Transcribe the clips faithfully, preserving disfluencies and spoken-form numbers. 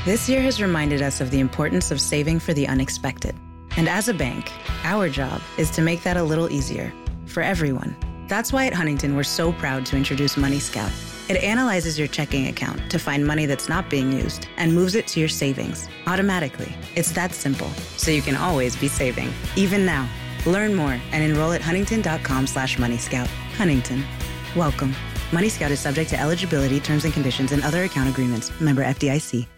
This year has reminded us of the importance of saving for the unexpected. And as a bank, our job is to make that a little easier for everyone. That's why at Huntington, we're so proud to introduce Money Scout. It analyzes your checking account to find money that's not being used and moves it to your savings automatically. It's that simple, so you can always be saving, even now. Learn more and enroll at huntington.com slash Money Scout. Huntington, welcome. Money Scout is subject to eligibility, terms and conditions, and other account agreements. Member F D I C.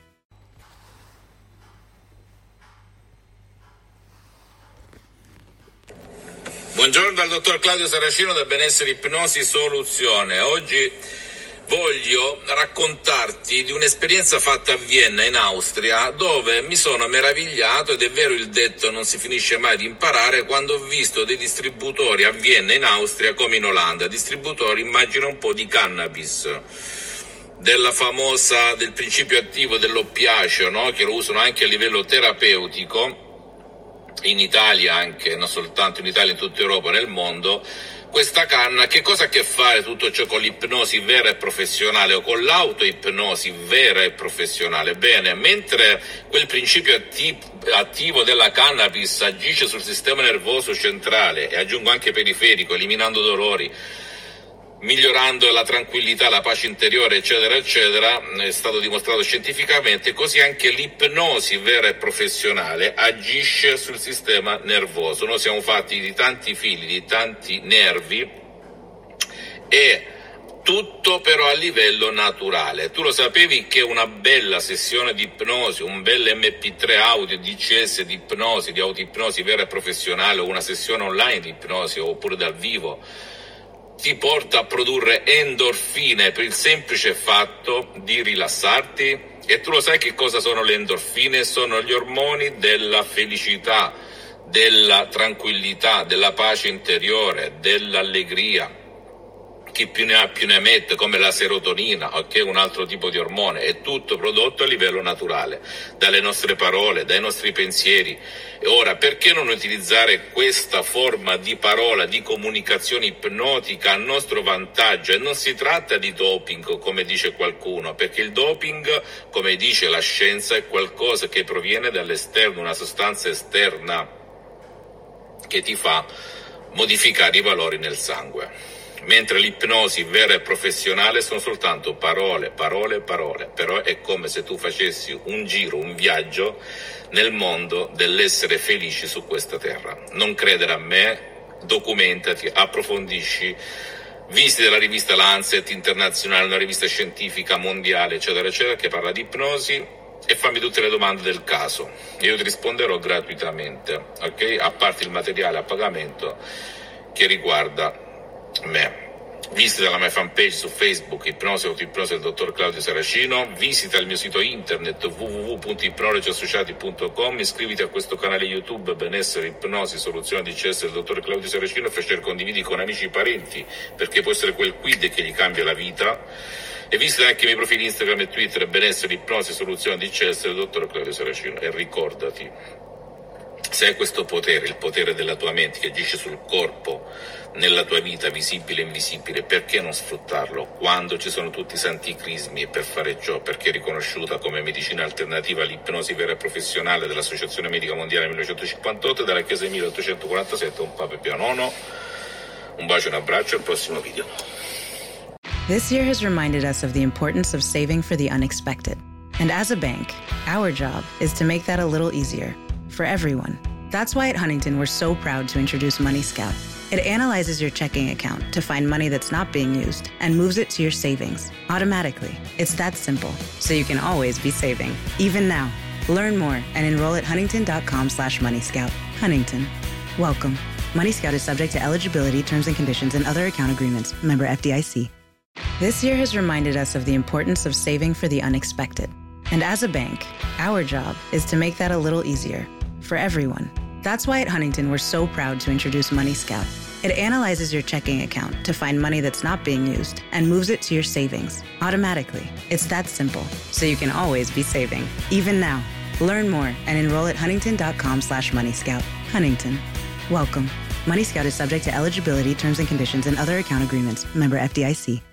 Buongiorno dal dottor Claudio Saracino da Benessere Ipnosi Soluzione. Oggi voglio raccontarti di un'esperienza fatta a Vienna, in Austria, dove mi sono meravigliato, ed è vero il detto non si finisce mai di imparare, quando ho visto dei distributori a Vienna, in Austria, come in Olanda. Distributori, immagina un po', di cannabis, della famosa, del principio attivo dell'oppiaceo, no? Che lo usano anche a livello terapeutico, in Italia anche, non soltanto in Italia, in tutta Europa, nel mondo. Questa canna che cosa ha a che fare tutto ciò con l'ipnosi vera e professionale o con l'autoipnosi vera e professionale? Bene, mentre quel principio atti- attivo della cannabis agisce sul sistema nervoso centrale, e aggiungo anche periferico, eliminando dolori, migliorando la tranquillità, la pace interiore, eccetera eccetera, è stato dimostrato scientificamente, così anche l'ipnosi vera e professionale agisce sul sistema nervoso. Noi siamo fatti di tanti fili, di tanti nervi, e tutto però a livello naturale. Tu lo sapevi che una bella sessione di ipnosi, un bel emme pi tre audio D C S di ipnosi, di autoipnosi vera e professionale, o una sessione online di ipnosi oppure dal vivo, ti porta a produrre endorfine per il semplice fatto di rilassarti? E tu lo sai che cosa sono le endorfine? Sono gli ormoni della felicità, della tranquillità, della pace interiore, dell'allegria. Chi più ne ha più ne mette, come la serotonina, ok, un altro tipo di ormone. È tutto prodotto a livello naturale, dalle nostre parole, dai nostri pensieri. E ora, perché non utilizzare questa forma di parola, di comunicazione ipnotica a nostro vantaggio? E non si tratta di doping, come dice qualcuno, perché il doping, come dice la scienza, è qualcosa che proviene dall'esterno, una sostanza esterna che ti fa modificare i valori nel sangue. Mentre l'ipnosi vera e professionale sono soltanto parole, parole, parole, però è come se tu facessi un giro, un viaggio nel mondo dell'essere felici su questa terra. Non credere a me, documentati, approfondisci, visita la rivista Lancet internazionale, una rivista scientifica mondiale, eccetera, eccetera, che parla di ipnosi, e fammi tutte le domande del caso. Io ti risponderò gratuitamente, ok? A parte il materiale a pagamento che riguarda me. Visita la mia fanpage su Facebook, Ipnosi e Autoipnosi del dottor Claudio Saracino, visita il mio sito internet w w w punto ipnologi associati punto com, iscriviti a questo canale YouTube Benessere Ipnosi Soluzione D C S del dottor Claudio Saracino, e facile condividi con amici e parenti, perché può essere quel quid che gli cambia la vita. E visita anche i miei profili Instagram e Twitter Benessere Ipnosi Soluzione D C S del dottor Claudio Saracino, e ricordati, se hai questo potere, il potere della tua mente che agisce sul corpo, nella tua vita, visibile e invisibile, perché non sfruttarlo quando ci sono tutti i santi crismi? E per fare ciò, perché è riconosciuta come medicina alternativa all'ipnosi vera e professionale dall'Associazione Medica Mondiale millenovecentocinquantotto e dalla Chiesa del milleottocentoquarantasette, un Papa Pio nono. Un bacio e un abbraccio, al prossimo video. This year has reminded us of the importance of saving for the unexpected. And as a bank, our job is to make that a little easier for everyone. That's why at Huntington, we're so proud to introduce Money Scout. It analyzes your checking account to find money that's not being used and moves it to your savings automatically. It's that simple, so you can always be saving, even now. Learn more and enroll at huntington.com slash Money Scout. Huntington, welcome. Money Scout is subject to eligibility, terms and conditions, and other account agreements. Member F D I C. This year has reminded us of the importance of saving for the unexpected. And as a bank, our job is to make that a little easier for everyone. That's why at Huntington, we're so proud to introduce Money Scout. It analyzes your checking account to find money that's not being used and moves it to your savings automatically. It's that simple, so you can always be saving, even now. Learn more and enroll at huntington.com slash Money Scout. Huntington, welcome. Money Scout is subject to eligibility, terms and conditions, and other account agreements. Member F D I C.